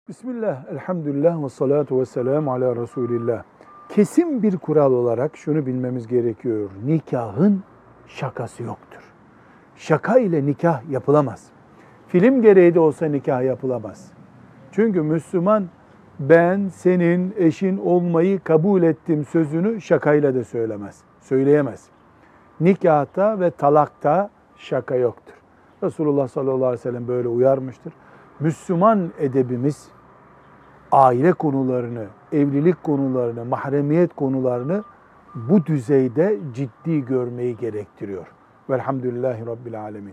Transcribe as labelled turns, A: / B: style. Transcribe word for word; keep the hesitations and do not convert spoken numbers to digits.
A: Bismillah, elhamdülillah ve salatu ve selamu ala Resulillah. Kesin bir kural olarak şunu bilmemiz gerekiyor. Nikahın şakası yoktur. Şaka ile nikah yapılamaz. Film gereği de olsa nikah yapılamaz. Çünkü Müslüman ben senin eşin olmayı kabul ettim sözünü şakayla da söylemez. Söyleyemez. Nikahta ve talakta şaka yoktur. Resulullah sallallahu aleyhi ve sellem böyle uyarmıştır. Müslüman edebimiz aile konularını, evlilik konularını, mahremiyet konularını bu düzeyde ciddi görmeyi gerektiriyor. Velhamdülillahi Rabbil alemin.